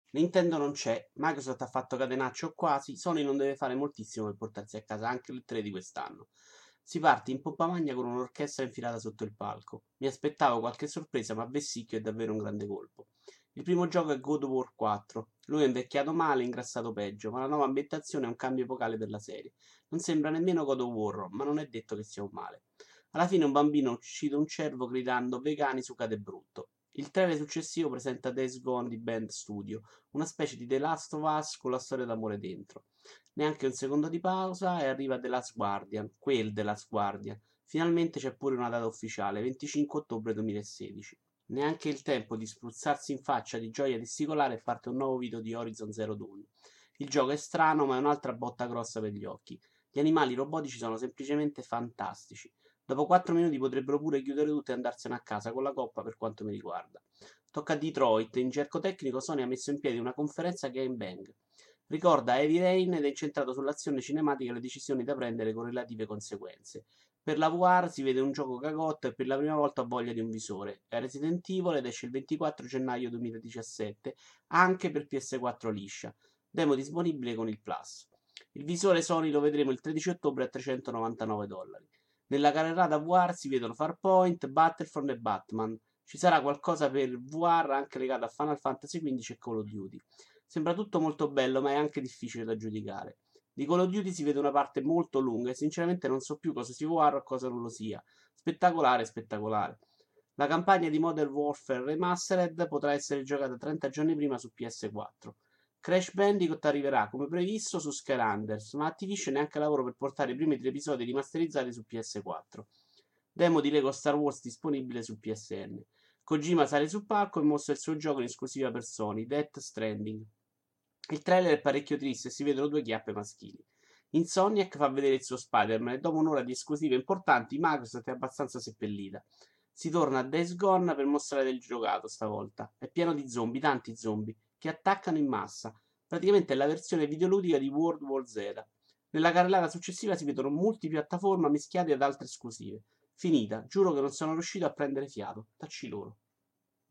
Nintendo non c'è, Microsoft ha fatto catenaccio o quasi, Sony non deve fare moltissimo per portarsi a casa anche le 3 di quest'anno. Si parte in pompa magna con un'orchestra infilata sotto il palco. Mi aspettavo qualche sorpresa, ma Vessicchio è davvero un grande colpo. Il primo gioco è God of War 4. Lui è invecchiato male, ingrassato peggio, ma la nuova ambientazione è un cambio epocale per la serie. Non sembra nemmeno God of War, ma non è detto che sia un male. Alla fine un bambino uccide un cervo gridando vegani su cade brutto. Il trailer successivo presenta Days Gone di Band Studio, una specie di The Last of Us con la storia d'amore dentro. Neanche un secondo di pausa e arriva The Last Guardian, quel The Last Guardian. Finalmente c'è pure una data ufficiale, 25 ottobre 2016. Neanche il tempo di spruzzarsi in faccia di gioia testicolare e parte un nuovo video di Horizon Zero Dawn. Il gioco è strano, ma è un'altra botta grossa per gli occhi. Gli animali robotici sono semplicemente fantastici. Dopo 4 minuti potrebbero pure chiudere tutto e andarsene a casa con la coppa per quanto mi riguarda. Tocca a Detroit, in gergo tecnico Sony ha messo in piedi una conferenza Game Bang. Ricorda Heavy Rain ed è incentrato sull'azione cinematica e le decisioni da prendere con relative conseguenze. Per la VR si vede un gioco cagotto e per la prima volta ho voglia di un visore. È Resident Evil ed esce il 24 gennaio 2017 anche per PS4 liscia. Demo disponibile con il Plus. Il visore Sony lo vedremo il 13 ottobre a $399. Nella carrellata VR si vedono Farpoint, Battlefront e Batman. Ci sarà qualcosa per VR anche legato a Final Fantasy XV e Call of Duty. Sembra tutto molto bello, ma è anche difficile da giudicare. Di Call of Duty si vede una parte molto lunga e sinceramente non so più cosa sia VR o cosa non lo sia. Spettacolare, spettacolare. La campagna di Modern Warfare Remastered potrà essere giocata 30 giorni prima su PS4. Crash Bandicoot arriverà come previsto su Skylanders, ma Activision neanche lavoro per portare i primi 3 episodi rimasterizzati su PS4. Demo di Lego Star Wars disponibile su PSN. Kojima sale sul palco e mostra il suo gioco in esclusiva per Sony, Death Stranding. Il trailer è parecchio triste e si vedono 2 chiappe maschili. Insomniac fa vedere il suo Spider-Man e dopo un'ora di esclusive importanti Microsoft è abbastanza seppellita. Si torna a Days Gone per mostrare del giocato stavolta. È pieno di zombie, tanti zombie, che attaccano in massa. Praticamente è la versione videoludica di World War Z. Nella carrellata successiva si vedono multipiattaforma mischiate ad altre esclusive. Finita, giuro che non sono riuscito a prendere fiato. Tacci loro.